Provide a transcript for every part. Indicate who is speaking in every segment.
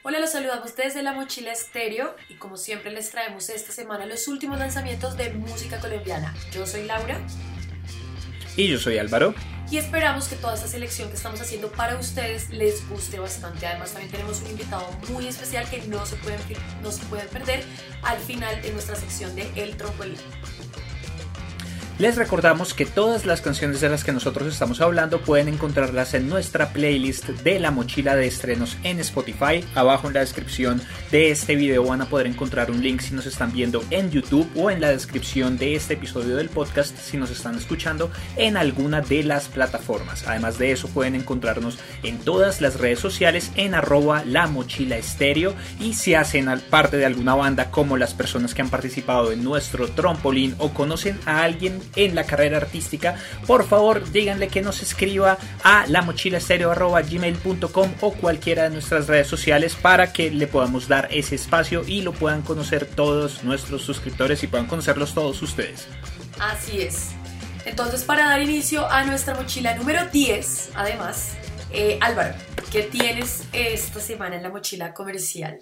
Speaker 1: Hola, los saludamos desde La Mochila Estéreo y como siempre les traemos esta semana los últimos lanzamientos de música colombiana. Yo soy Laura.
Speaker 2: Y yo soy Álvaro.
Speaker 1: Y esperamos que toda esta selección que estamos haciendo para ustedes les guste bastante. Además también tenemos un invitado muy especial que no se pueden perder al final de nuestra sección de El Trampolín.
Speaker 2: Les recordamos que todas las canciones de las que nosotros estamos hablando pueden encontrarlas en nuestra playlist de La Mochila de Estrenos en Spotify. Abajo en la descripción de este video van a poder encontrar un link si nos están viendo en YouTube o en la descripción de este episodio del podcast si nos están escuchando en alguna de las plataformas. Además de eso pueden encontrarnos en todas las redes sociales en @lamochilaestereo, y si hacen parte de alguna banda como las personas que han participado en nuestro trampolín o conocen a alguien en la carrera artística, por favor díganle que nos escriba a lamochilaestereo@gmail.com o cualquiera de nuestras redes sociales para que le podamos dar ese espacio y lo puedan conocer todos nuestros suscriptores y puedan conocerlos todos ustedes.
Speaker 1: Así es. Entonces, para dar inicio a nuestra mochila número 10, además, Álvaro, ¿qué tienes esta semana en la mochila comercial?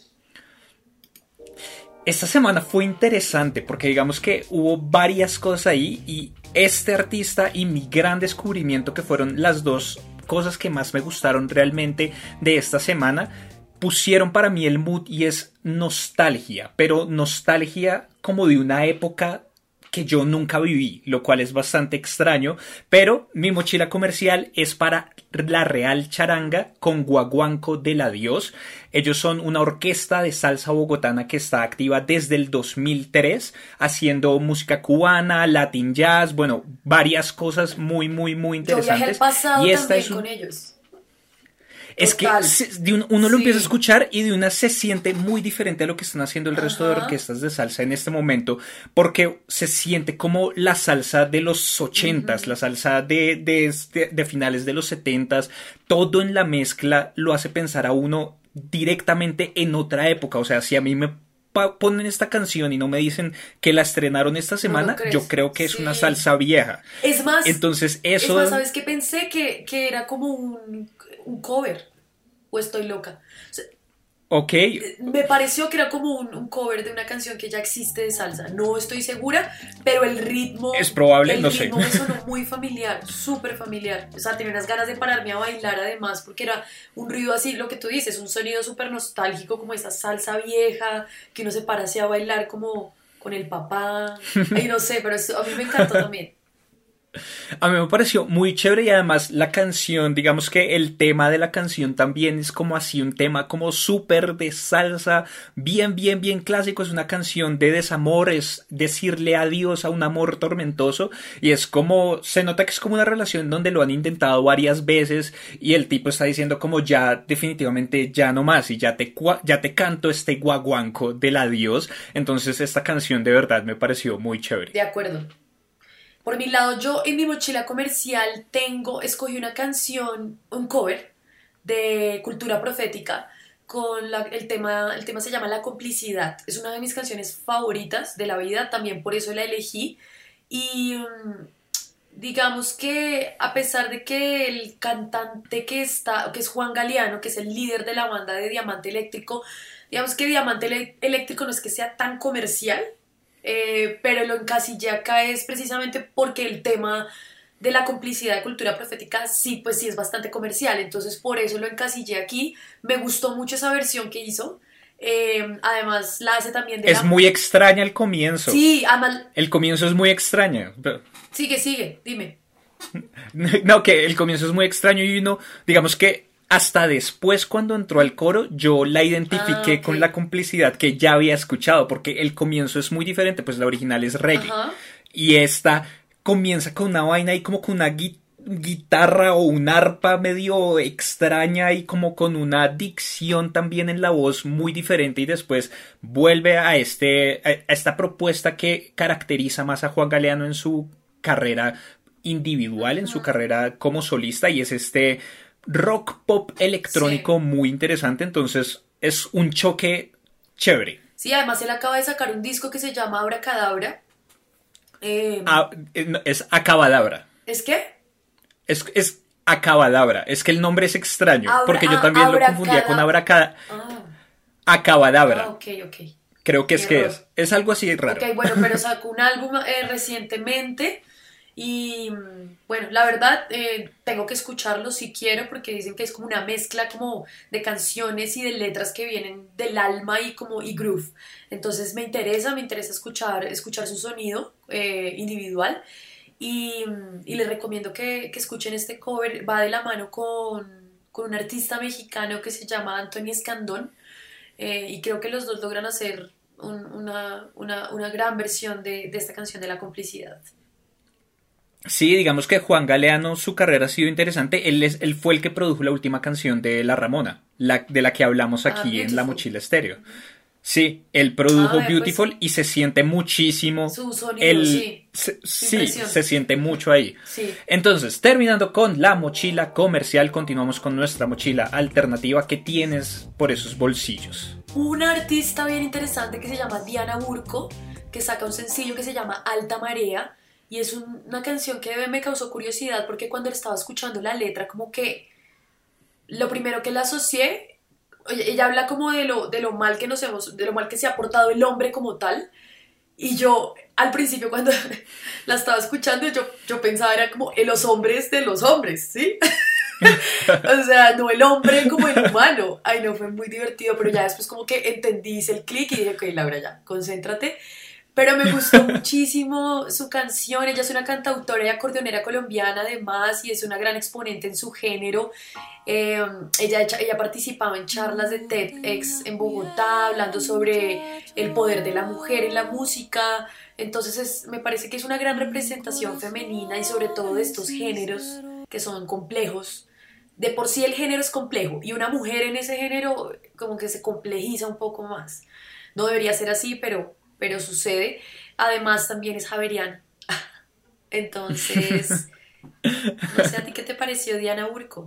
Speaker 2: Esta semana fue interesante porque digamos que hubo varias cosas ahí, y este artista y mi gran descubrimiento, que fueron las dos cosas que más me gustaron realmente de esta semana, pusieron para mí el mood, y es nostalgia, pero nostalgia como de una época que yo nunca viví, lo cual es bastante extraño, pero mi mochila comercial es para La Real Charanga con Guaguanco del Adiós. Ellos son una orquesta de salsa bogotana que está activa desde el 2003, haciendo música cubana, latin jazz, bueno, varias cosas muy interesantes.
Speaker 1: Yo viajé al pasado
Speaker 2: y esta
Speaker 1: también
Speaker 2: es
Speaker 1: con ellos.
Speaker 2: Es
Speaker 1: Total.
Speaker 2: que uno lo empieza a escuchar y de una se siente muy diferente a lo que están haciendo el resto de orquestas de salsa en este momento, porque se siente como la salsa de los 80s, la salsa de finales de los 70s, todo en la mezcla lo hace pensar a uno directamente en otra época. O sea, si a mí me ponen esta canción y no me dicen que la estrenaron esta semana,
Speaker 1: ¿No
Speaker 2: yo creo que es una salsa vieja.
Speaker 1: Es más,
Speaker 2: entonces eso...
Speaker 1: ¿sabes qué? Pensé que era como un cover, o estoy loca. O sea,
Speaker 2: ok.
Speaker 1: me pareció que era como un cover de una canción que ya existe de salsa. No estoy segura, pero el ritmo...
Speaker 2: Es probable, no sé.
Speaker 1: El ritmo me sonó muy familiar, súper familiar. O sea, tenía unas ganas de pararme a bailar además, porque era un ruido así, lo que tú dices, un sonido súper nostálgico, como esa salsa vieja, que uno se para así a bailar como con el papá. Ay, no sé, pero eso a mí me encantó también.
Speaker 2: A mí me pareció muy chévere, y además la canción, digamos que el tema de la canción también es como así un tema como súper de salsa, bien clásico. Es una canción de desamor, es decirle adiós a un amor tormentoso, y es como, se nota que es como una relación donde lo han intentado varias veces y el tipo está diciendo como ya definitivamente ya no más, y ya te canto este guaguanco del adiós. Entonces esta canción de verdad me pareció muy chévere.
Speaker 1: De acuerdo. Por mi lado, yo en mi mochila comercial escogí una canción, un cover de Cultura Profética, con el tema se llama La Complicidad. Es una de mis canciones favoritas de la vida, también por eso la elegí. Y digamos que a pesar de que el cantante que es Juan Galeano, que es el líder de la banda de Diamante Eléctrico, digamos que Diamante Eléctrico no es que sea tan comercial, pero lo encasillé acá es precisamente porque el tema de la complicidad de Cultura Profética sí es bastante comercial, entonces por eso lo encasillé aquí. Me gustó mucho esa versión que hizo. Además la hace también
Speaker 2: muy extraña el comienzo.
Speaker 1: Sí, además...
Speaker 2: El comienzo es muy extraño.
Speaker 1: Sigue, dime.
Speaker 2: No, que el comienzo es muy extraño, y uno, digamos que hasta después, cuando entró al coro, yo la identifiqué con la complicidad que ya había escuchado, porque el comienzo es muy diferente, pues la original es reggae. Ajá. Y esta comienza con una vaina y como con una guitarra o un arpa medio extraña y como con una dicción también en la voz muy diferente, y después vuelve a esta propuesta que caracteriza más a Juan Galeano en su carrera individual, en su carrera como solista, y es este rock pop electrónico muy interesante. Entonces es un choque chévere.
Speaker 1: Sí, además él acaba de sacar un disco que se llama Abracadabra.
Speaker 2: Es Acabadabra.
Speaker 1: ¿Es qué?
Speaker 2: Es Acabadabra. Es que el nombre es extraño, porque yo también lo confundía con Abracadabra. Acabadabra.
Speaker 1: Ah, ok, ok.
Speaker 2: Creo que
Speaker 1: Qué
Speaker 2: es que
Speaker 1: error.
Speaker 2: es algo así raro.
Speaker 1: Ok, bueno, pero sacó un álbum recientemente y bueno, la verdad tengo que escucharlo si quiero porque dicen que es como una mezcla como de canciones y de letras que vienen del alma y como y groove. Entonces me interesa escuchar su sonido individual y les recomiendo que escuchen este cover. Va de la mano con un artista mexicano que se llama Anthony Escandón y creo que los dos logran hacer una gran versión de esta canción de la complicidad.
Speaker 2: Sí, digamos que Juan Galeano, su carrera ha sido interesante. Él fue el que produjo la última canción de La Ramona, de la que hablamos
Speaker 1: Ah,
Speaker 2: aquí en La
Speaker 1: Beautiful.
Speaker 2: Mochila Estéreo. Sí, él
Speaker 1: Ah,
Speaker 2: produjo
Speaker 1: ve, pues
Speaker 2: Beautiful y se siente muchísimo.
Speaker 1: su sonido, sí, su
Speaker 2: Sí,
Speaker 1: impresión.
Speaker 2: se siente mucho ahí.
Speaker 1: Sí.
Speaker 2: Entonces, terminando con la mochila comercial, continuamos con nuestra mochila alternativa que tienes por esos bolsillos.
Speaker 1: Una artista bien interesante que se llama Diana Burco, que saca un sencillo que se llama Alta Marea, y es una canción que me causó curiosidad porque cuando estaba escuchando la letra, como que lo primero que la asocié, oye, ella habla como de lo mal que nos hemos, de lo mal que se ha portado el hombre como tal, y yo al principio cuando la estaba escuchando, yo pensaba era como en los hombres, ¿sí? O sea, no el hombre como el humano. Ay, no, fue muy divertido, pero ya después como que entendí, hice el clic y dije, ok, Laura, ya, concéntrate. Pero me gustó muchísimo su canción, ella es una cantautora y acordeonera colombiana además y es una gran exponente en su género. Ella participaba en charlas de TEDx en Bogotá, hablando sobre el poder de la mujer en la música. Entonces me parece que es una gran representación femenina y sobre todo de estos géneros que son complejos. De por sí el género es complejo y una mujer en ese género como que se complejiza un poco más. No debería ser así, pero sucede. Además también es javeriana. Entonces, no sé a ti qué te pareció Diana Burco.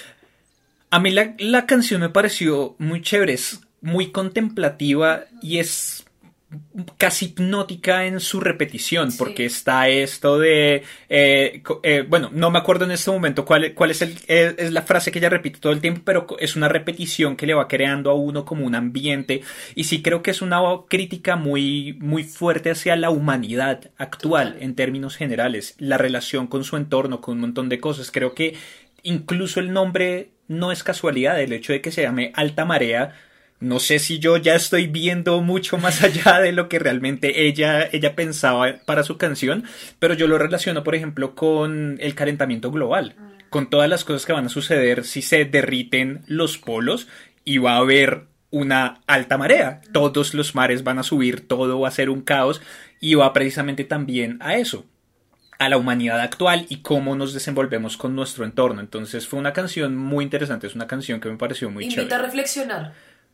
Speaker 2: A mí la canción me pareció muy chévere, es muy contemplativa y es casi hipnótica en su repetición, porque
Speaker 1: Sí.
Speaker 2: está esto de, bueno, no me acuerdo en este momento cuál es, es la frase que ella repite todo el tiempo, pero es una repetición que le va creando a uno como un ambiente, y sí creo que es una crítica muy, muy fuerte hacia la humanidad actual
Speaker 1: Total.
Speaker 2: en términos generales, la relación con su entorno, con un montón de cosas. Creo que incluso el nombre no es casualidad, el hecho de que se llame Alta Marea. No sé si yo ya estoy viendo mucho más allá de lo que realmente ella pensaba para su canción, pero yo lo relaciono, por ejemplo, con el calentamiento global, con todas las cosas que van a suceder si se derriten los polos y va a haber una alta marea. Todos los mares van a subir, todo va a ser un caos y va precisamente también a eso, a la humanidad actual y cómo nos desenvolvemos con nuestro entorno. Entonces fue una canción muy interesante, es una canción que me pareció muy
Speaker 1: Invita a
Speaker 2: chévere.
Speaker 1: reflexionar.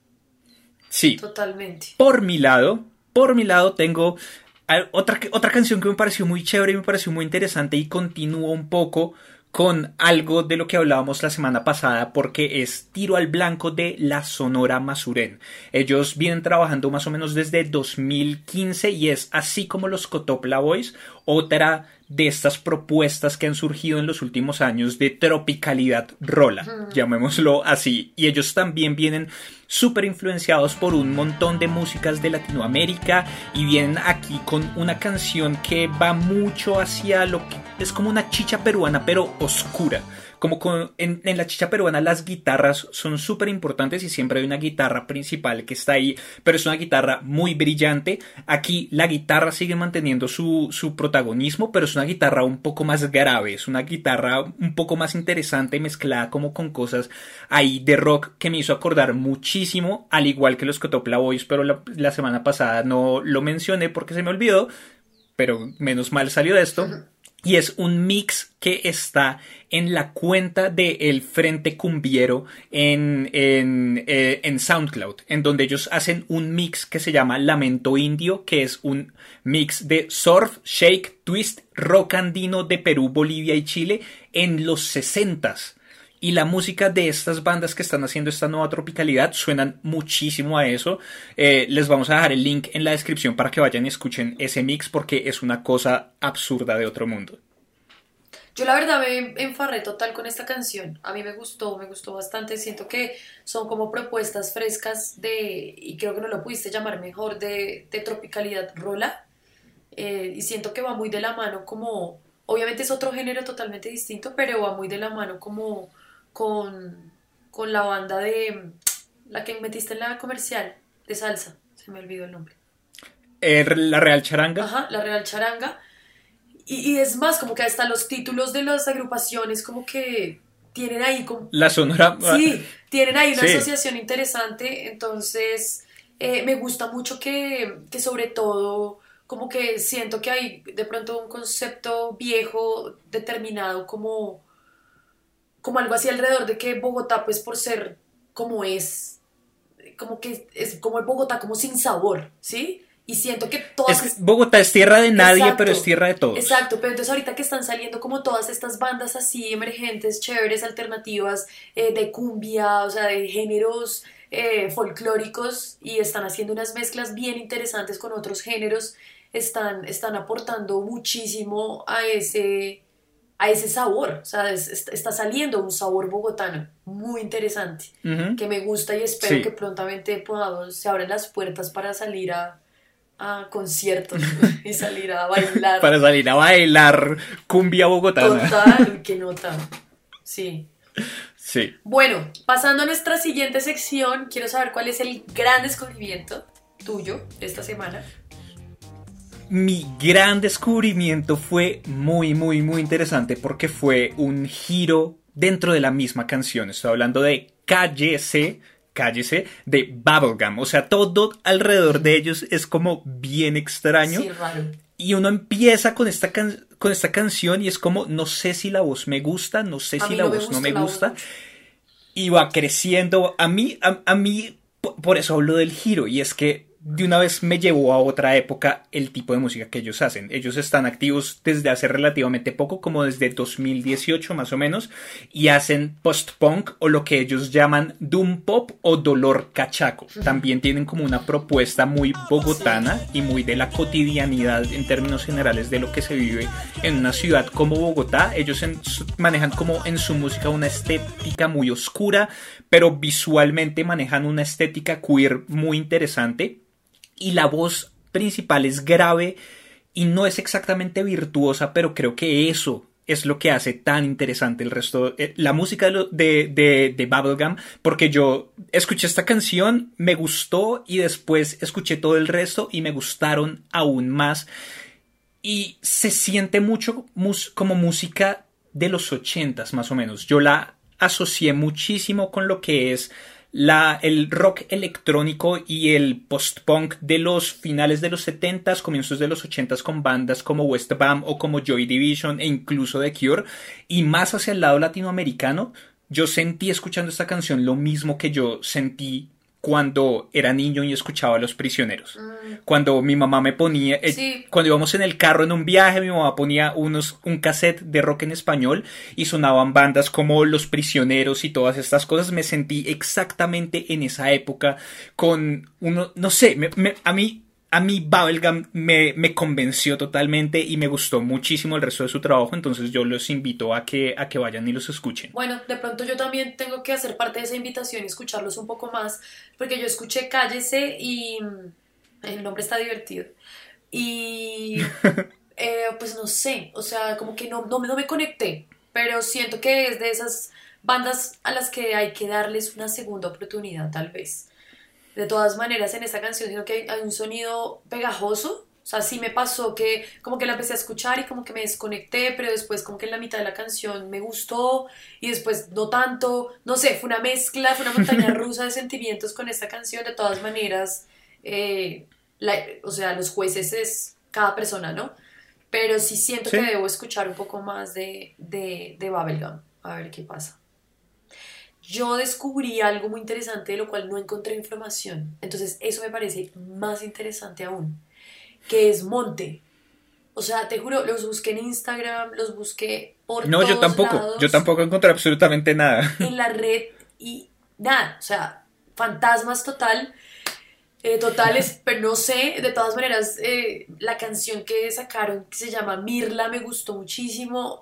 Speaker 2: Sí,
Speaker 1: Totalmente.
Speaker 2: por mi lado tengo otra canción que me pareció muy chévere y me pareció muy interesante y continúa un poco con algo de lo que hablábamos la semana pasada porque es Tiro al Blanco de la Sonora Masuren. Ellos vienen trabajando más o menos desde 2015 y es así como los Cotopla Boys, otra de estas propuestas que han surgido en los últimos años de tropicalidad rola, llamémoslo así. Y ellos también vienen súper influenciados por un montón de músicas de Latinoamérica y vienen aquí con una canción que va mucho hacia lo que es como una chicha peruana pero oscura. Como en la chicha peruana las guitarras son súper importantes y siempre hay una guitarra principal que está ahí, pero es una guitarra muy brillante. Aquí la guitarra sigue manteniendo su protagonismo, pero es una guitarra un poco más grave, es una guitarra un poco más interesante mezclada como con cosas ahí de rock que me hizo acordar muchísimo, al igual que los Cotopla Boys, pero la semana pasada no lo mencioné porque se me olvidó, pero menos mal salió de esto. Y es un mix que está en la cuenta de El Frente Cumbiero en SoundCloud, en donde ellos hacen un mix que se llama Lamento Indio, que es un mix de surf, shake, twist, rock andino de Perú, Bolivia y Chile en los 60s. Y la música de estas bandas que están haciendo esta nueva tropicalidad suenan muchísimo a eso. Les vamos a dejar el link en la descripción para que vayan y escuchen ese mix porque es una cosa absurda de otro mundo.
Speaker 1: Yo la verdad me enfarré total con esta canción. A mí me gustó bastante. Siento que son como propuestas frescas y creo que no lo pudiste llamar mejor, de tropicalidad rola. Y siento que va muy de la mano como, obviamente es otro género totalmente distinto, pero va muy de la mano como con, con la banda de la que metiste en la comercial de salsa. Se me olvidó el nombre.
Speaker 2: La Real Charanga.
Speaker 1: Ajá, la Real Charanga. Y es más, como que hasta los títulos de las agrupaciones como que tienen ahí como...
Speaker 2: La Sonora.
Speaker 1: Sí, tienen ahí una
Speaker 2: Sí.
Speaker 1: asociación interesante, entonces me gusta mucho que sobre todo como que siento que hay de pronto un concepto viejo determinado como algo así alrededor de que Bogotá pues por ser como es, como que es como el Bogotá como sin sabor, ¿sí? Y siento que
Speaker 2: Es
Speaker 1: todas
Speaker 2: que Bogotá es tierra de nadie, pero es
Speaker 1: exacto,
Speaker 2: tierra de todos.
Speaker 1: exacto, pero entonces ahorita que están saliendo como todas estas bandas así emergentes, chéveres, alternativas, de cumbia, o sea, de géneros folclóricos y están haciendo unas mezclas bien interesantes con otros géneros, están aportando muchísimo a ese sabor, o sea, está saliendo un sabor bogotano muy interesante,
Speaker 2: Ujú.
Speaker 1: que me gusta y espero que
Speaker 2: Sí.
Speaker 1: prontamente podamos, se abran las puertas para salir a conciertos y salir a bailar.
Speaker 2: Para salir a bailar cumbia bogotana.
Speaker 1: Total, qué nota. Sí.
Speaker 2: Sí.
Speaker 1: Bueno, pasando a nuestra siguiente sección, quiero saber cuál es el gran descubrimiento tuyo de esta semana.
Speaker 2: Mi gran descubrimiento fue muy, muy, muy interesante porque fue un giro dentro de la misma canción. Estoy hablando de Cállese, Cállese, de Bubblegum. O sea, todo alrededor de ellos es como bien extraño.
Speaker 1: Sí, raro.
Speaker 2: Y uno empieza con con esta canción y es como, no sé si la voz me gusta, no sé
Speaker 1: A
Speaker 2: si
Speaker 1: mí
Speaker 2: la
Speaker 1: no me
Speaker 2: voz no
Speaker 1: gustó
Speaker 2: me
Speaker 1: la voz
Speaker 2: gusta.
Speaker 1: mucho.
Speaker 2: Y va creciendo. A mí, por eso hablo del giro. Y es que de una vez me llevó a otra época el tipo de música que ellos hacen. Ellos están activos desde hace relativamente poco, como desde 2018 más o menos, y hacen post-punk o lo que ellos llaman doom pop o dolor cachaco. También tienen como una propuesta muy
Speaker 1: Sí.
Speaker 2: bogotana y muy de la cotidianidad en términos generales de lo que se vive en una ciudad como Bogotá. Ellos manejan como en su música una estética muy oscura, pero visualmente manejan una estética queer muy interesante. Y la voz principal es grave y no es exactamente virtuosa, pero creo que eso es lo que hace tan interesante el resto, la música de Bubblegum, porque yo escuché esta canción, me gustó y después escuché todo el resto y me gustaron aún más. Y se siente mucho como música de los 80s más o menos. Yo la asocié muchísimo con lo que es el rock electrónico y el post-punk de los finales de los 70s, comienzos de los 80s con bandas como Westbam o como Joy Division e incluso The Cure. Y más hacia el lado latinoamericano, yo sentí escuchando esta canción lo mismo que yo sentí cuando era niño y escuchaba a Los Prisioneros.
Speaker 1: Mm,
Speaker 2: Cuando mi mamá me ponía,
Speaker 1: sí,
Speaker 2: cuando íbamos en el carro en un viaje, mi mamá ponía un cassette de rock en español y sonaban bandas como Los Prisioneros y todas estas cosas. Me sentí exactamente en esa época con uno, no sé, a mí Bubblegum me convenció totalmente y me gustó muchísimo el resto de su trabajo, entonces yo los invito a que vayan y los escuchen.
Speaker 1: bueno, de pronto yo también tengo que hacer parte de esa invitación y escucharlos un poco más, porque yo escuché Cállese y el nombre está divertido. Y pues no sé, o sea, como que no me conecté, pero siento que es de esas bandas a las que hay que darles una segunda oportunidad, tal vez. De todas maneras, en esta canción siento que hay un sonido pegajoso. O sea, sí me pasó que como que la empecé a escuchar y como que me desconecté, pero después como que en la mitad de la canción me gustó y después no tanto. No sé, fue una mezcla, fue una montaña rusa de sentimientos con esta canción. De todas maneras, o sea, los jueces es cada persona, ¿no? Pero sí siento que
Speaker 2: Sí.
Speaker 1: debo escuchar un poco más de Bubblegum. A ver qué pasa. Yo descubrí algo muy interesante de lo cual no encontré información. Entonces eso me parece más interesante aún, que es Monte. O sea, te juro, los busqué en Instagram, los busqué por
Speaker 2: No,
Speaker 1: todos
Speaker 2: yo
Speaker 1: lados,
Speaker 2: tampoco encontré absolutamente nada.
Speaker 1: en la red y nada, o sea, fantasmas totales, pero no sé, de todas maneras, la canción que sacaron, que se llama Mirla, me gustó muchísimo.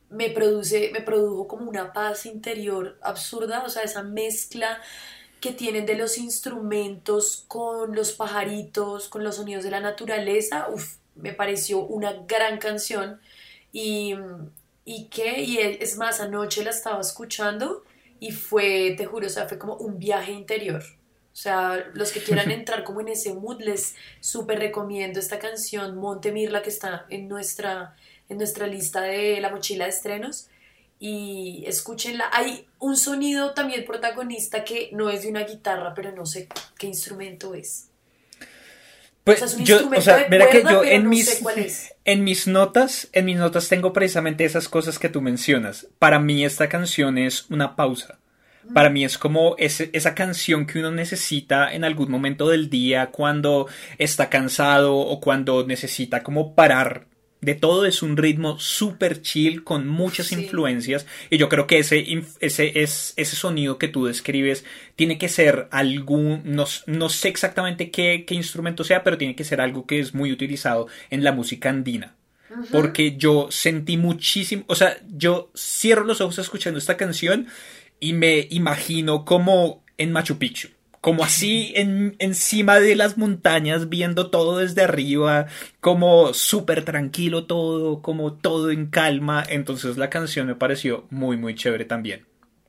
Speaker 1: me produjo como una paz interior absurda, o sea, esa mezcla que tienen de los instrumentos con los pajaritos, con los sonidos de la naturaleza, uf, me pareció una gran canción y, es más, anoche la estaba escuchando y fue, te juro, o sea, fue como un viaje interior. O sea, los que quieran entrar como en ese mood, les súper recomiendo esta canción Monte Mirla que está en nuestra lista de la mochila de estrenos y escúchenla. Hay un sonido también protagonista que no es de una guitarra, pero no sé qué instrumento es. O
Speaker 2: Pues
Speaker 1: sea, es un
Speaker 2: yo, o
Speaker 1: instrumento
Speaker 2: sea,
Speaker 1: de
Speaker 2: mira que
Speaker 1: cuerda,
Speaker 2: yo
Speaker 1: pero no sé cuál es.
Speaker 2: en mis notas tengo precisamente esas cosas que tú mencionas. Para mí esta canción es una pausa. Para mí es como esa canción que uno necesita en algún momento del día cuando está cansado o cuando necesita como parar de todo. Es un ritmo súper chill con muchas
Speaker 1: Sí.
Speaker 2: influencias y yo creo que ese sonido que tú describes tiene que ser algún, no sé exactamente qué instrumento sea, pero tiene que ser algo que es muy utilizado en la música andina.
Speaker 1: Ujú.
Speaker 2: Porque yo sentí muchísimo, o sea, yo cierro los ojos escuchando esta canción y me imagino como en Machu Picchu, como así encima de las montañas, viendo todo desde arriba, como súper tranquilo todo, como todo en calma. Entonces la canción me pareció muy, muy chévere también.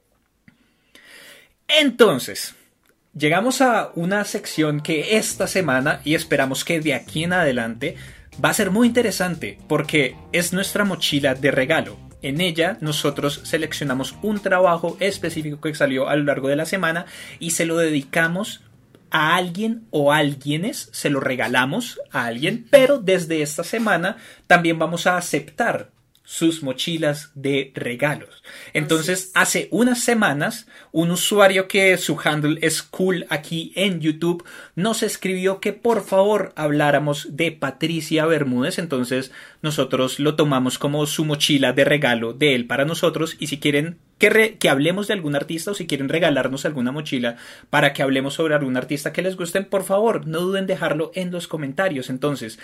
Speaker 2: Entonces, llegamos a una sección que esta semana, y esperamos que de aquí en adelante, va a ser muy interesante porque es nuestra mochila de regalo. En ella nosotros seleccionamos un trabajo específico que salió a lo largo de la semana y se lo dedicamos a alguien o a alguienes, se lo regalamos a alguien, pero desde esta semana también vamos a aceptar sus mochilas de regalos.
Speaker 1: Así
Speaker 2: Entonces,
Speaker 1: es.
Speaker 2: hace unas semanas, un usuario que su handle es cool aquí en YouTube nos escribió que por favor habláramos de Patricia Bermúdez. Entonces, nosotros lo tomamos como su mochila de regalo de él para nosotros. Y si quieren que hablemos de algún artista o si quieren regalarnos alguna mochila para que hablemos sobre algún artista que les gusten, por favor, no duden en dejarlo en los comentarios. Entonces,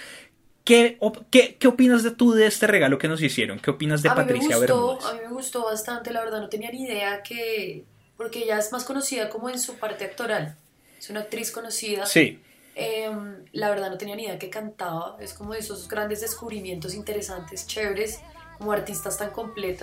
Speaker 2: ¿qué opinas tú de este regalo que nos hicieron? ¿Qué opinas de Patricia
Speaker 1: A
Speaker 2: Bermúdez?
Speaker 1: mí me gustó bastante, la verdad no tenía ni idea porque ella es más conocida como en su parte actoral, es una actriz conocida.
Speaker 2: Sí,
Speaker 1: La verdad no tenía ni idea que cantaba, es como de esos grandes descubrimientos interesantes, chéveres, como artistas tan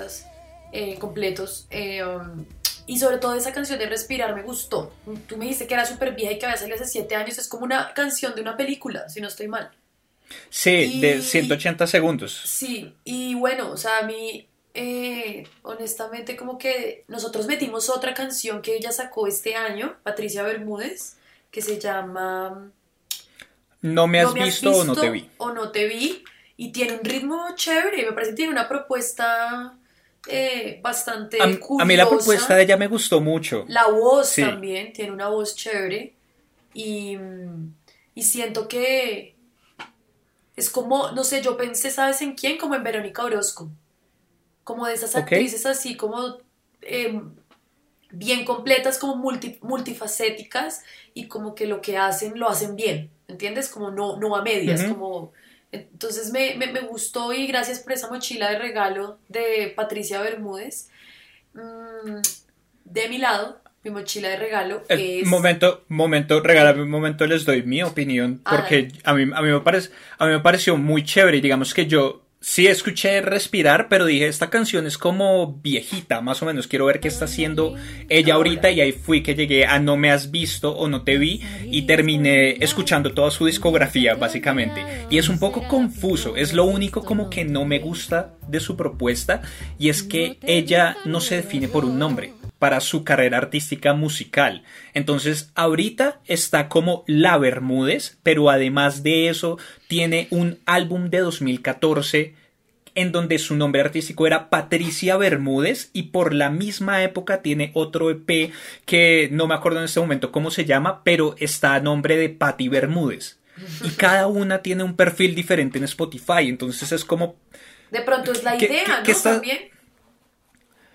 Speaker 1: completos. Y sobre todo esa canción de Respirar me gustó. Tú me dijiste que era súper vieja y que había salido hace 7 años, es como una canción de una película, si no estoy mal.
Speaker 2: sí, de
Speaker 1: Y
Speaker 2: 180 segundos.
Speaker 1: sí, y bueno, o sea, a mí, honestamente, como que nosotros metimos otra canción que ella sacó este año, Patricia Bermúdez, que se llama
Speaker 2: ¿No me
Speaker 1: No
Speaker 2: has
Speaker 1: me has
Speaker 2: visto o no te
Speaker 1: visto
Speaker 2: vi?
Speaker 1: o no te vi, y tiene un ritmo chévere, me parece que tiene una propuesta bastante
Speaker 2: A mí la propuesta de
Speaker 1: curiosa,
Speaker 2: ella me gustó mucho.
Speaker 1: la voz
Speaker 2: Sí,
Speaker 1: también, tiene una voz chévere, y, y siento que es como, no sé, yo pensé, ¿sabes en quién? Como en Verónica Orozco, como de esas
Speaker 2: ok.
Speaker 1: actrices así como eh, bien completas, como multifacéticas y como que lo que hacen lo hacen bien, ¿entiendes? Como no a medias,
Speaker 2: Ujú.
Speaker 1: como... Entonces me gustó y gracias por esa mochila de regalo de Patricia Bermúdez. Mm, de mi lado, mi mochila de regalo es...
Speaker 2: Regálame un momento, les doy mi opinión,
Speaker 1: Ah, dale.
Speaker 2: porque a mí me pareció muy chévere, y digamos que yo sí escuché Respirar, pero dije, esta canción es como viejita, más o menos, quiero ver qué está haciendo ella ahorita,
Speaker 1: Ahora.
Speaker 2: y ahí fui que llegué a No me has visto o no te vi, y terminé escuchando toda su discografía, básicamente, y es un poco confuso, es lo único como que no me gusta de su propuesta, y es que ella no se define por un nombre para su carrera artística musical. Entonces, ahorita está como La Bermúdez, pero además de eso, tiene un álbum de 2014 en donde su nombre artístico era Patricia Bermúdez, y por la misma época tiene otro EP que no me acuerdo en este momento cómo se llama, pero está a nombre de Patti Bermúdez. Y cada una tiene un perfil diferente en Spotify, entonces es como
Speaker 1: De pronto es la
Speaker 2: que,
Speaker 1: idea,
Speaker 2: que
Speaker 1: ¿no?
Speaker 2: está.
Speaker 1: También.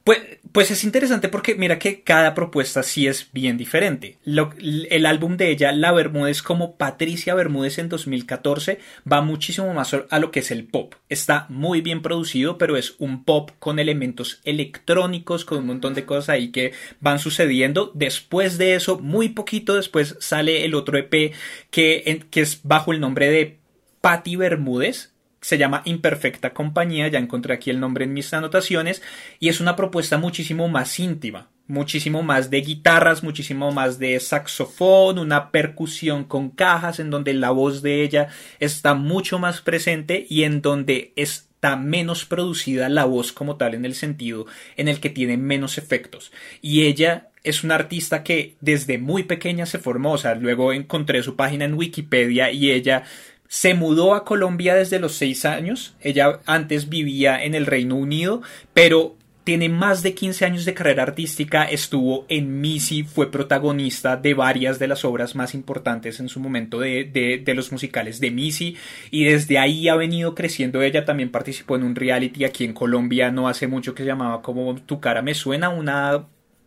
Speaker 2: Pues es interesante porque mira que cada propuesta sí es bien diferente. El álbum de ella, La Bermúdez, como Patricia Bermúdez en 2014, va muchísimo más a lo que es el pop. Está muy bien producido, pero es un pop con elementos electrónicos, con un montón de cosas ahí que van sucediendo. Después de eso, muy poquito después, sale el otro EP que es bajo el nombre de Patti Bermúdez. Se llama Imperfecta Compañía, ya encontré aquí el nombre en mis anotaciones, y es una propuesta muchísimo más íntima, muchísimo más de guitarras, muchísimo más de saxofón, una percusión con cajas en donde la voz de ella está mucho más presente y en donde está menos producida la voz como tal, en el sentido en el que tiene menos efectos. Y ella es una artista que desde muy pequeña se formó, o sea, luego encontré su página en Wikipedia y ella se mudó a Colombia desde los 6 años. Ella antes vivía en el Reino Unido, pero tiene más de 15 años de carrera artística. Estuvo en Missy, fue protagonista de varias de las obras más importantes en su momento de los musicales de Missy. Y desde ahí ha venido creciendo. Ella también participó en un reality aquí en Colombia no hace mucho que se llamaba como Tu cara me suena, una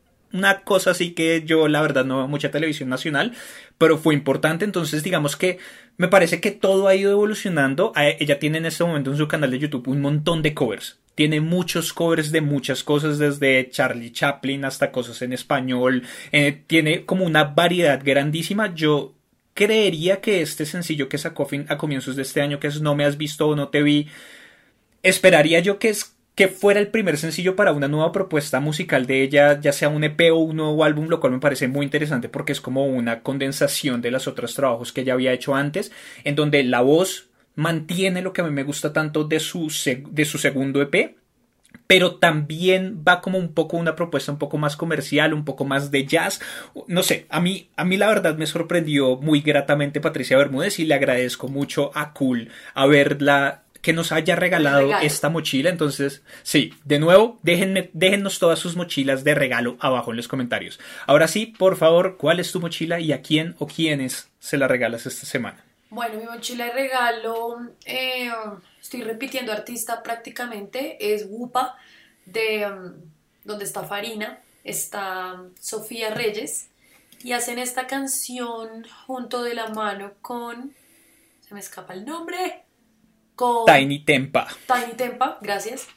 Speaker 2: cosa así que yo la verdad no veo mucha televisión nacional, pero fue importante. Entonces digamos que me parece que todo ha ido evolucionando. Ella tiene en este momento en su canal de YouTube un montón de covers. Tiene muchos covers de muchas cosas, desde Charlie Chaplin hasta cosas en español. Tiene como una variedad grandísima. Yo creería que este sencillo que sacó a comienzos de este año, que es No me has visto o no te vi, esperaría yo que fuera el primer sencillo para una nueva propuesta musical de ella, ya sea un EP o un nuevo álbum, lo cual me parece muy interesante porque es como una condensación de los otros trabajos que ella había hecho antes, en donde la voz mantiene lo que a mí me gusta tanto de su segundo EP, pero también va como un poco una propuesta un poco más comercial, un poco más de jazz. No sé, a mí la verdad me sorprendió muy gratamente Patricia Bermúdez y le agradezco mucho a Cool haberla que nos haya regalado esta mochila. Entonces, sí, de nuevo, déjennos todas sus mochilas de regalo abajo en los comentarios. Ahora sí, por favor, ¿cuál es tu mochila y a quién o quiénes se la regalas esta semana?
Speaker 1: Bueno, mi mochila de regalo, estoy repitiendo artista prácticamente, es Wupa, de donde está Farina, está Sofía Reyes, y hacen esta canción junto de la mano con, se me escapa el nombre, con
Speaker 2: Tiny Tempa.
Speaker 1: Tiny Tempa, gracias.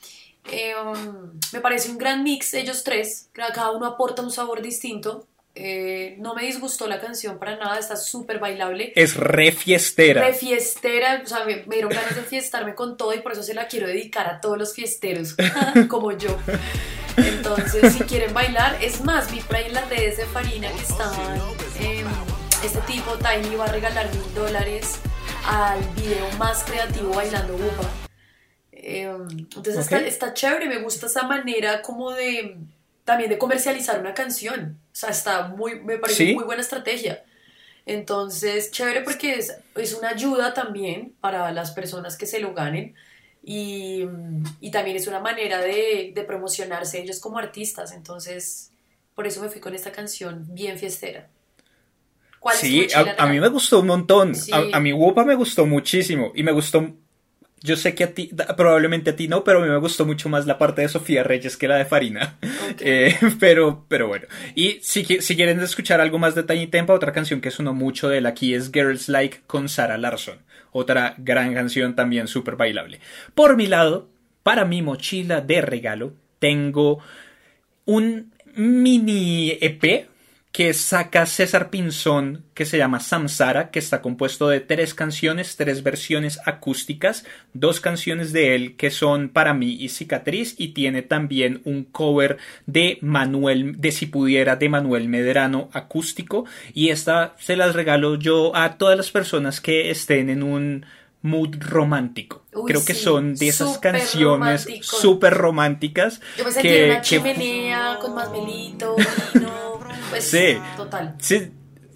Speaker 1: Me parece un gran mix, ellos tres, cada uno aporta un sabor distinto. No me disgustó la canción para nada, está súper bailable.
Speaker 2: Es re fiestera.
Speaker 1: Re fiestera, o sea, me dieron ganas de fiestarme con todo y por eso se la quiero dedicar a todos los fiesteros, como yo. Entonces, si quieren bailar, es más, vi por ahí en las redes de Farina que estaban, este tipo, Tiny, va a regalar $1000 al video más creativo bailando Wupa. Entonces okay. Está chévere, me gusta esa manera como de también de comercializar una canción. O sea, me parece ¿sí? Muy buena estrategia. Entonces, chévere porque es una ayuda también para las personas que se lo ganen y también es una manera de promocionarse ellos como artistas. Entonces, por eso me fui con esta canción bien fiestera.
Speaker 2: ¿Cuál sí, es a mí me gustó un montón. Sí. A mí Wupa me gustó muchísimo y me gustó. Yo sé que a ti, probablemente a ti no, pero a mí me gustó mucho más la parte de Sofía Reyes que la de Farina. Okay. Pero bueno. Y si quieren escuchar algo más de Tiny Tempa, otra canción que sonó mucho de él aquí es Girls Like con Sarah Larsson. Otra gran canción también súper bailable. Por mi lado, para mi mochila de regalo, tengo un mini EP que saca César Pinzón, que se llama Samsara, que está compuesto de 3 canciones, 3 versiones acústicas, 2 canciones de él que son Para mí y Cicatriz, y tiene también un cover de Si pudiera, de Manuel Medrano acústico, y esta se las regalo yo a todas las personas que estén en un mood romántico. Uy, creo que sí, son de esas canciones súper románticas.
Speaker 1: Yo pensé que era una chimenea con más velito, vino. Pues,
Speaker 2: sí,
Speaker 1: total.
Speaker 2: Sí,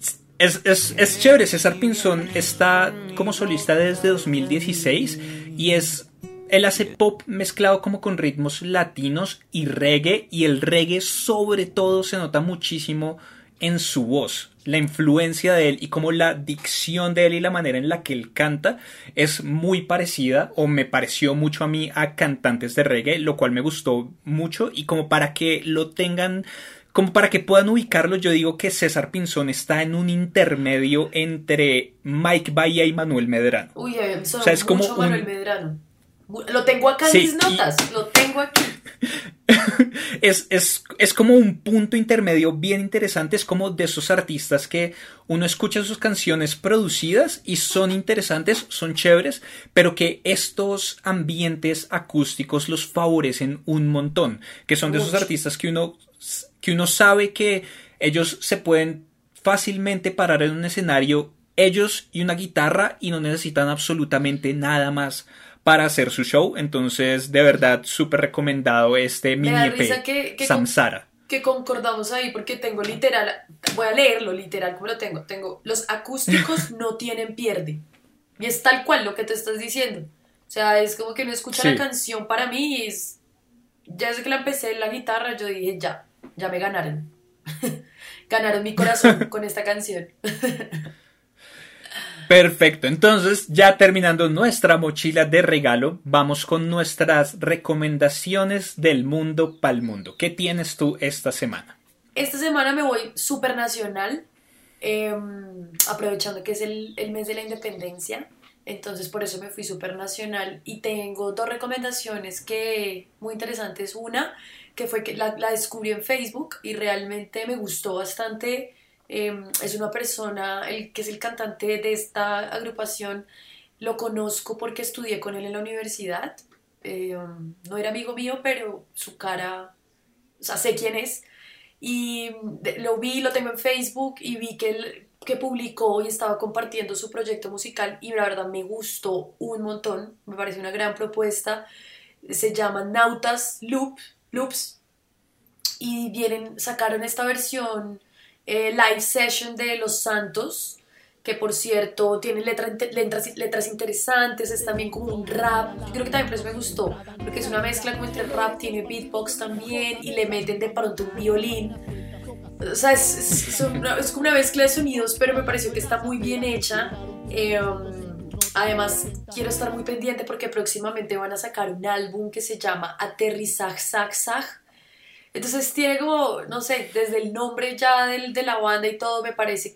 Speaker 2: es chévere. César Pinzón está como solista desde 2016 y él hace pop mezclado como con ritmos latinos y reggae, y el reggae sobre todo se nota muchísimo en su voz. La influencia de él y como la dicción de él y la manera en la que él canta es muy parecida, o me pareció mucho a mí, a cantantes de reggae, lo cual me gustó mucho. Y como para que lo tengan, como para que puedan ubicarlo, yo digo que César Pinzón está en un intermedio entre Mike Bahía y Manuel Medrano.
Speaker 1: Uy, me sonó
Speaker 2: O sea, es como
Speaker 1: mucho Manuel Medrano. Lo tengo acá en
Speaker 2: Sí,
Speaker 1: mis notas, lo tengo aquí.
Speaker 2: es como un punto intermedio bien interesante. Es como de esos artistas que uno escucha sus canciones producidas y son interesantes, son chéveres, pero que estos ambientes acústicos los favorecen un montón. Que son de esos
Speaker 1: Mucho.
Speaker 2: artistas que uno sabe que ellos se pueden fácilmente parar en un escenario, ellos y una guitarra, y no necesitan absolutamente nada más para hacer su show. Entonces, de verdad, súper recomendado este
Speaker 1: Me
Speaker 2: mini
Speaker 1: da
Speaker 2: EP
Speaker 1: risa
Speaker 2: Samsara.
Speaker 1: que concordamos ahí porque tengo literal, voy a leerlo literal como lo tengo. Tengo, los acústicos no tienen pierde. Y es tal cual lo que te estás diciendo. O sea, es como que uno escucha la
Speaker 2: Sí.
Speaker 1: canción para mí y es, ya desde que la empecé en la guitarra yo dije, ya me ganaron. Ganaron mi corazón con esta canción.
Speaker 2: Perfecto, entonces ya terminando nuestra mochila de regalo, vamos con nuestras recomendaciones del mundo pa'l mundo. ¿Qué tienes tú esta semana?
Speaker 1: Esta semana me voy súper nacional, aprovechando que es el mes de la independencia, entonces por eso me fui súper nacional y tengo dos recomendaciones que muy interesantes. Una, que fue que la descubrí en Facebook y realmente me gustó bastante. Es una persona, el que es el cantante de esta agrupación, lo conozco porque estudié con él en la universidad. No era amigo mío, pero su cara, o sea, sé quién es. Y lo vi, lo tengo en Facebook y vi que él que publicó y estaba compartiendo su proyecto musical y la verdad me gustó un montón, me parece una gran propuesta. Se llama Loops, y sacaron esta versión live session de Los Santos, que por cierto tiene letras interesantes, es también como un rap, creo que también por eso me gustó, porque es una mezcla como entre rap, tiene beatbox también y le meten de pronto un violín. O sea, es como una mezcla de sonidos, pero me pareció que está muy bien hecha. Además, quiero estar muy pendiente porque próximamente van a sacar un álbum que se llama Aterrizaj Zag Zag. Entonces tiene como, no sé, desde el nombre ya de la banda y todo, me parece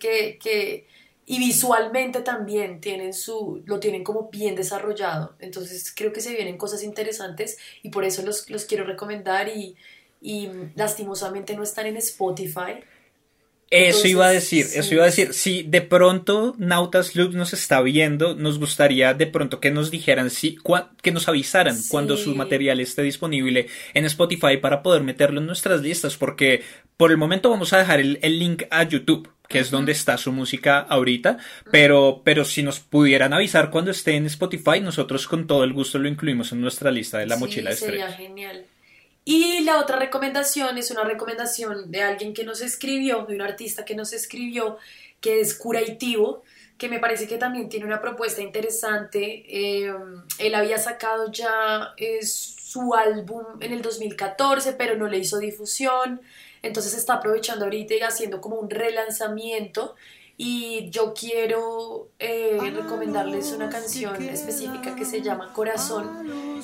Speaker 1: y visualmente también lo tienen como bien desarrollado. Entonces creo que se vienen cosas interesantes y por eso los quiero recomendar y lastimosamente no están en Spotify. Entonces,
Speaker 2: Eso iba a
Speaker 1: sí,
Speaker 2: decir. Si de pronto Nautas Loop nos está viendo, nos gustaría de pronto que nos dijeran, que nos avisaran cuando su
Speaker 1: sí,
Speaker 2: material esté disponible en Spotify para poder meterlo en nuestras listas, porque por el momento vamos a dejar el link a YouTube, que es donde
Speaker 1: ujú,
Speaker 2: está su música ahorita,
Speaker 1: ujú.
Speaker 2: pero si nos pudieran avisar cuando esté en Spotify, nosotros con todo el gusto lo incluimos en nuestra lista de la mochila
Speaker 1: Sí,
Speaker 2: de
Speaker 1: sería
Speaker 2: estrenos.
Speaker 1: genial. Y la otra recomendación es una recomendación de alguien que nos escribió, de un artista que nos escribió, que es Curativo, que me parece que también tiene una propuesta interesante. Él había sacado ya su álbum en el 2014, pero no le hizo difusión. Entonces está aprovechando ahorita y haciendo como un relanzamiento. Y yo quiero recomendarles una canción específica que se llama Corazón.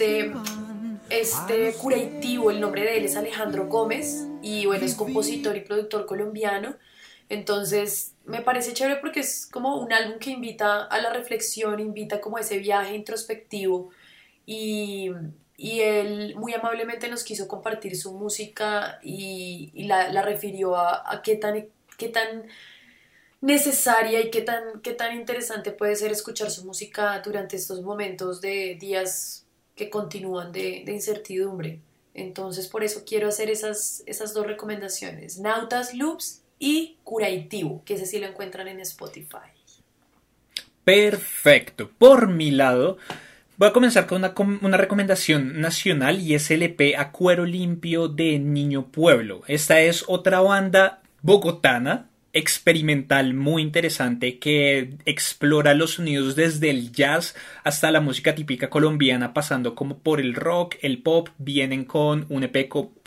Speaker 1: Este curativo, el nombre de él es Alejandro Gómez y bueno, es compositor y productor colombiano. Entonces me parece chévere porque es como un álbum que invita a la reflexión, invita como a ese viaje introspectivo y, y él muy amablemente nos quiso compartir su música y la refirió a qué tan necesaria y qué tan interesante puede ser escuchar su música durante estos momentos de días que continúan de incertidumbre. Entonces, por eso quiero hacer esas dos recomendaciones: Nautas Loops y Curativo, que ese sí lo encuentran en Spotify.
Speaker 2: Perfecto. Por mi lado, voy a comenzar con una recomendación nacional y es el EP A Cuero Limpio de Niño Pueblo. Esta es otra banda bogotana, experimental, muy interesante, que explora los sonidos desde el jazz hasta la música típica colombiana, pasando como por el rock, el pop. Vienen con un EP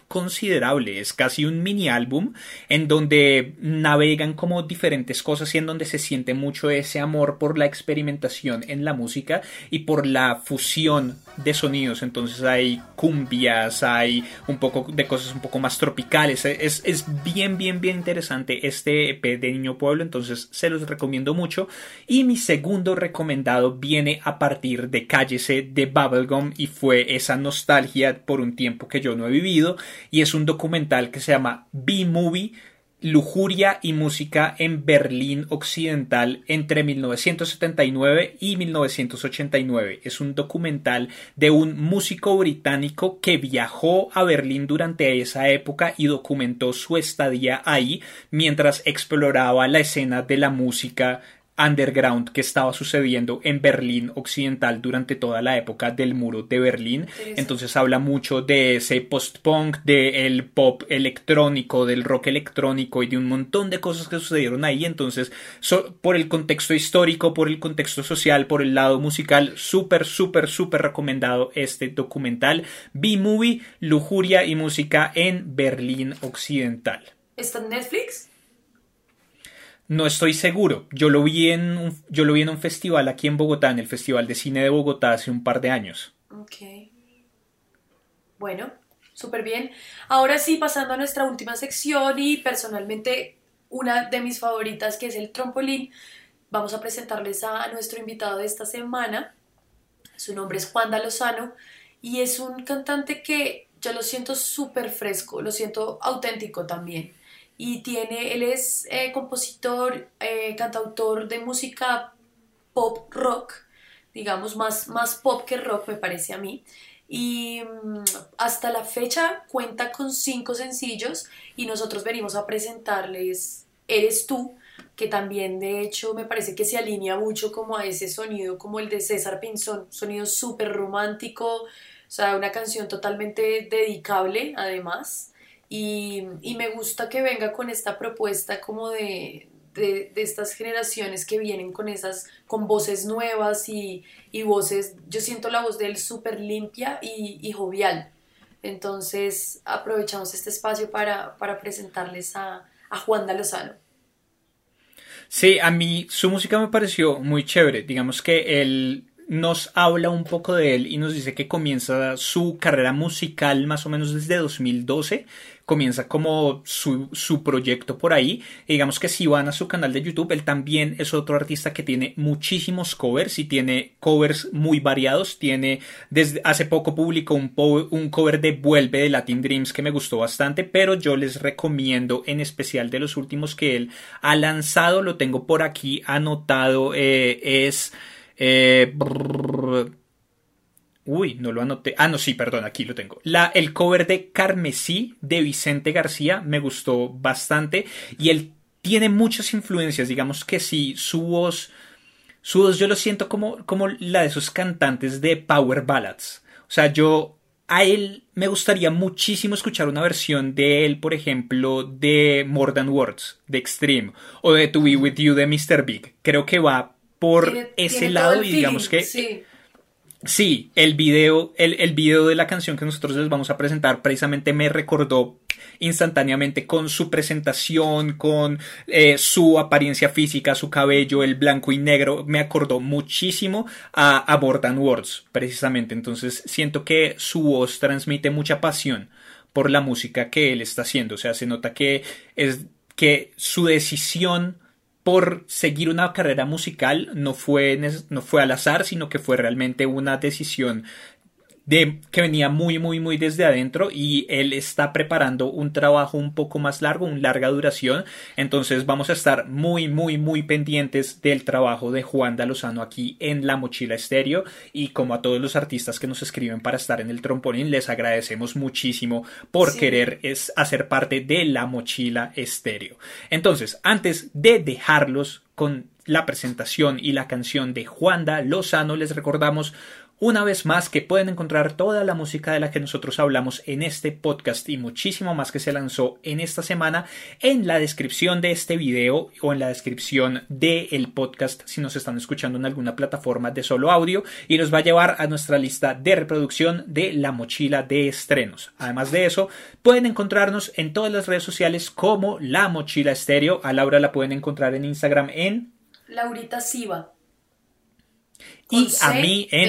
Speaker 2: considerable, es casi un mini álbum en donde navegan como diferentes cosas y en donde se siente mucho ese amor por la experimentación en la música y por la fusión de sonidos. Entonces hay cumbias, hay un poco de cosas un poco más tropicales, es bien interesante este EP de Niño Pueblo, entonces se los recomiendo mucho. Y mi segundo recomendado viene a partir de Cállese de Bubblegum y fue esa nostalgia por un tiempo que yo no he vivido, y es un documental que se llama B-Movie, Lujuria y música en Berlín Occidental entre 1979 y 1989. Es un documental de un músico británico que viajó a Berlín durante esa época y documentó su estadía ahí mientras exploraba la escena de la música underground que estaba sucediendo en Berlín Occidental durante toda la época del muro de Berlín. Entonces habla mucho de ese post-punk, del pop electrónico, del rock electrónico y de un montón de cosas que sucedieron ahí. Entonces, por el contexto histórico, por el contexto social, por el lado musical, súper recomendado este documental. B-Movie, Lujuria y música en Berlín Occidental.
Speaker 1: ¿Está en Netflix?
Speaker 2: No estoy seguro. Yo lo vi en un festival aquí en Bogotá, en el Festival de Cine de Bogotá hace un par de años.
Speaker 1: Ok. Bueno, súper bien. Ahora sí, pasando a nuestra última sección y personalmente una de mis favoritas, que es el trampolín, vamos a presentarles a nuestro invitado de esta semana. Su nombre es Juanda Lozano y es un cantante que yo lo siento súper fresco, lo siento auténtico también. Y él es compositor, cantautor de música pop rock, digamos más pop que rock me parece a mí. Y hasta la fecha cuenta con 5 sencillos y nosotros venimos a presentarles Eres Tú, que también de hecho me parece que se alinea mucho como a ese sonido como el de César Pinzón, sonido súper romántico, o sea, una canción totalmente dedicable además. Y me gusta que venga con esta propuesta como de estas generaciones que vienen con voces nuevas y voces, yo siento la voz de él súper limpia y jovial. Entonces aprovechamos este espacio para presentarles a Juanda Lozano.
Speaker 2: Sí, a mí su música me pareció muy chévere. Digamos que él nos habla un poco de él y nos dice que comienza su carrera musical más o menos desde 2012. Comienza como su proyecto por ahí. Y digamos que si van a su canal de YouTube, él también es otro artista que tiene muchísimos covers y tiene covers muy variados. Desde hace poco publicó un cover de Vuelve de Latin Dreams que me gustó bastante, pero yo les recomiendo en especial de los últimos que él ha lanzado, lo tengo por aquí anotado, no lo anoté. No, sí, perdón, aquí lo tengo. El cover de Carmesí de Vicente García me gustó bastante y él tiene muchas influencias. Digamos que sí, su voz yo lo siento como la de esos cantantes de Power Ballads. O sea, a él me gustaría muchísimo escuchar una versión de él, por ejemplo, de More Than Words, de Extreme, o de To Be With You de Mr. Big. Creo que va por ese lado y digamos que...
Speaker 1: Sí.
Speaker 2: Sí, el video de la canción que nosotros les vamos a presentar precisamente me recordó instantáneamente con su presentación, con su apariencia física, su cabello, el blanco y negro, me acordó muchísimo a More Than Words, precisamente. Entonces siento que su voz transmite mucha pasión por la música que él está haciendo. O sea, se nota que su decisión por seguir una carrera musical no fue al azar, sino que fue realmente una decisión que venía muy desde adentro, y él está preparando un trabajo un poco más largo, una larga duración. Entonces vamos a estar muy pendientes del trabajo de Juanda Lozano aquí en La Mochila Estéreo, y como a todos los artistas que nos escriben para estar en el Trampolín, les agradecemos muchísimo por querer hacer parte de La Mochila Estéreo. Entonces, antes de dejarlos con la presentación y la canción de Juanda Lozano, les recordamos Una vez más que pueden encontrar toda la música de la que nosotros hablamos en este podcast y muchísimo más que se lanzó en esta semana en la descripción de este video o en la descripción del podcast si nos están escuchando en alguna plataforma de solo audio, y nos va a llevar a nuestra lista de reproducción de La Mochila de Estrenos. Además de eso, pueden encontrarnos en todas las redes sociales como La Mochila Estéreo. A Laura la pueden encontrar en Instagram en
Speaker 1: Laurita Siva.
Speaker 2: Y a mí en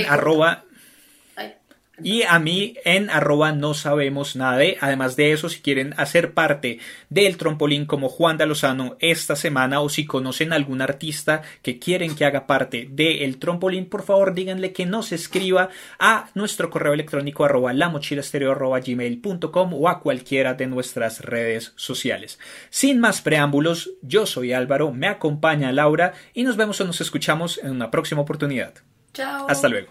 Speaker 2: arroba no sabemos nada de. Además de eso, si quieren hacer parte del Trompolín como Juan de Lozano esta semana, o si conocen a algún artista que quieren que haga parte del Trompolín, por favor díganle que nos escriba a nuestro correo electrónico lamochilaestereo@gmail.com o a cualquiera de nuestras redes sociales. Sin más preámbulos, yo soy Álvaro, me acompaña Laura y nos vemos o nos escuchamos en una próxima oportunidad.
Speaker 1: Chao.
Speaker 2: Hasta luego.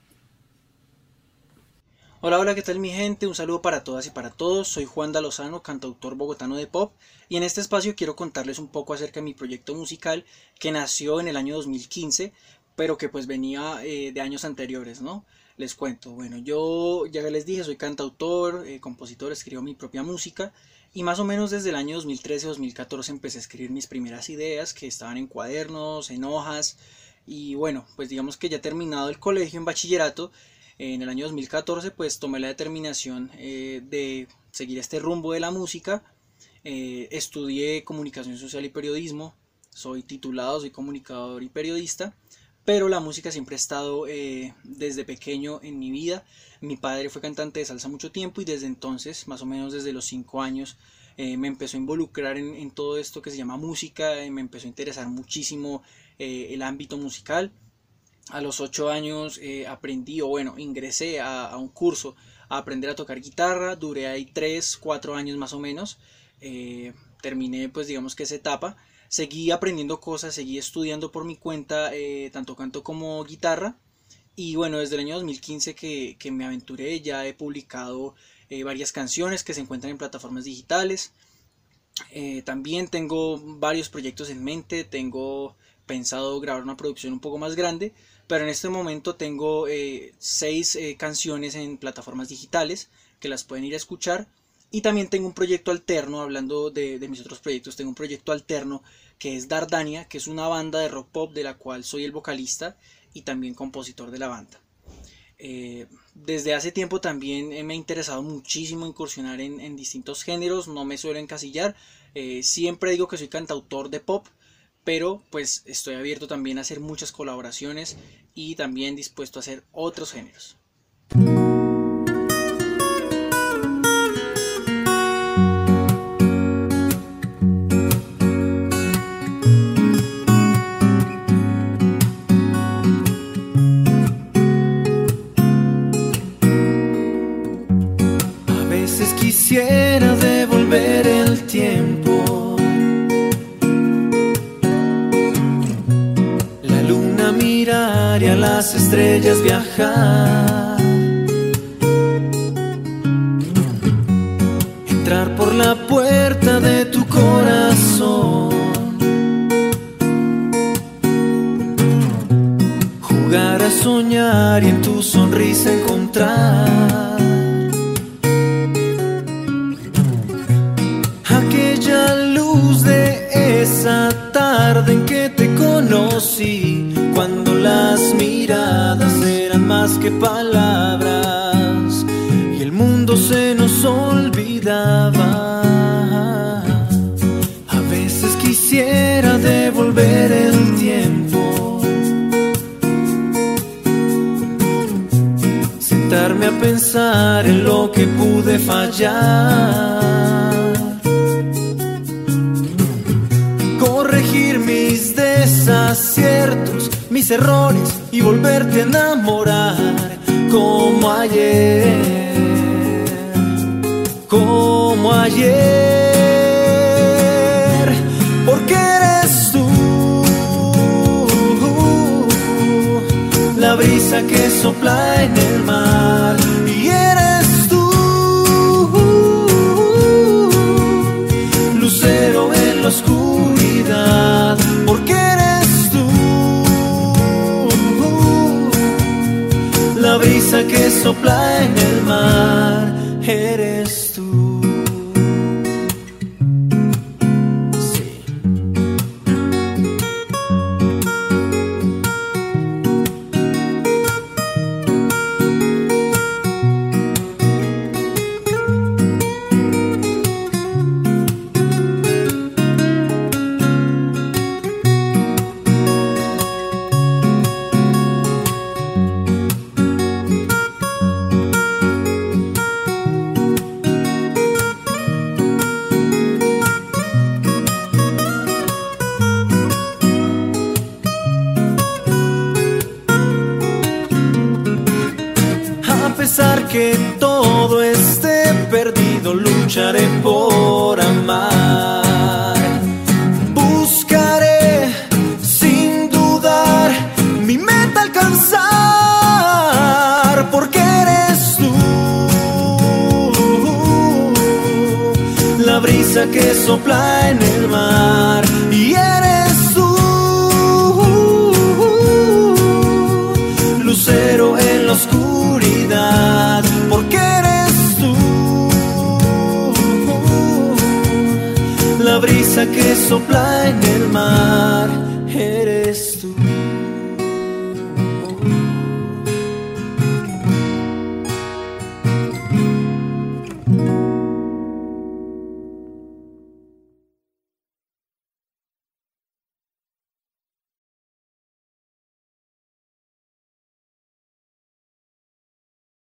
Speaker 3: Hola, hola, ¿qué tal mi gente? Un saludo para todas y para todos. Soy Juan de Lozano, cantautor bogotano de pop, y en este espacio quiero contarles un poco acerca de mi proyecto musical que nació en el año 2015, pero que pues venía de años anteriores, ¿no? Les cuento. Bueno, yo ya les dije, soy cantautor, compositor, escribo mi propia música, y más o menos desde el año 2013-2014 empecé a escribir mis primeras ideas que estaban en cuadernos, en hojas, y bueno, pues digamos que ya terminado el colegio en bachillerato, en el año 2014 pues tomé la determinación de seguir este rumbo de la música. Estudié comunicación social y periodismo, soy titulado, soy comunicador y periodista, pero la música siempre ha estado desde pequeño en mi vida. Mi padre fue cantante de salsa mucho tiempo y desde entonces, más o menos desde los 5 años, me empezó a involucrar en todo esto que se llama música, me empezó a interesar muchísimo el ámbito musical. A los 8 años ingresé a un curso a aprender a tocar guitarra. Duré ahí 3-4 años más o menos. Terminé pues digamos que esa etapa. Seguí aprendiendo cosas, seguí estudiando por mi cuenta, tanto canto como guitarra. Y bueno, desde el año 2015 que me aventuré, ya he publicado varias canciones que se encuentran en plataformas digitales. También tengo varios proyectos en mente, tengo pensado grabar una producción un poco más grande, pero en este momento tengo 6 canciones en plataformas digitales que las pueden ir a escuchar. Y también tengo un proyecto alterno, hablando de mis otros proyectos, tengo un proyecto alterno que es Dardania, que es una banda de rock pop de la cual soy el vocalista y también compositor de la banda. Desde hace tiempo también me ha interesado muchísimo incursionar en distintos géneros, no me suelo encasillar, siempre digo que soy cantautor de pop, pero pues estoy abierto también a hacer muchas colaboraciones y también dispuesto a hacer otros géneros.
Speaker 4: A veces quisiera devolver el tiempo, mirar y a las estrellas viajar, entrar por la puerta de tu corazón, jugar a soñar y en tu sonrisa encontrar aquella luz de esa tarde en que te conocí, cuando las miradas eran más que palabras y el mundo se nos olvidaba. A veces quisiera devolver el tiempo, sentarme a pensar en lo que pude fallar, corregir mis desaciertos, mis errores y volverte a enamorar como ayer, como ayer, porque eres tú la brisa que sopla en el mar y eres tú lucero en la oscuridad, porque eres tú la sopla en el mar, eres tú. Sí. A pesar que todo esté perdido, lucharé por amar. Buscaré sin dudar mi meta alcanzar, porque eres tú la brisa que sopla en el mar, y eres tú lucero en la oscuridad, porque eres tú la brisa que sopla en el mar, eres tú.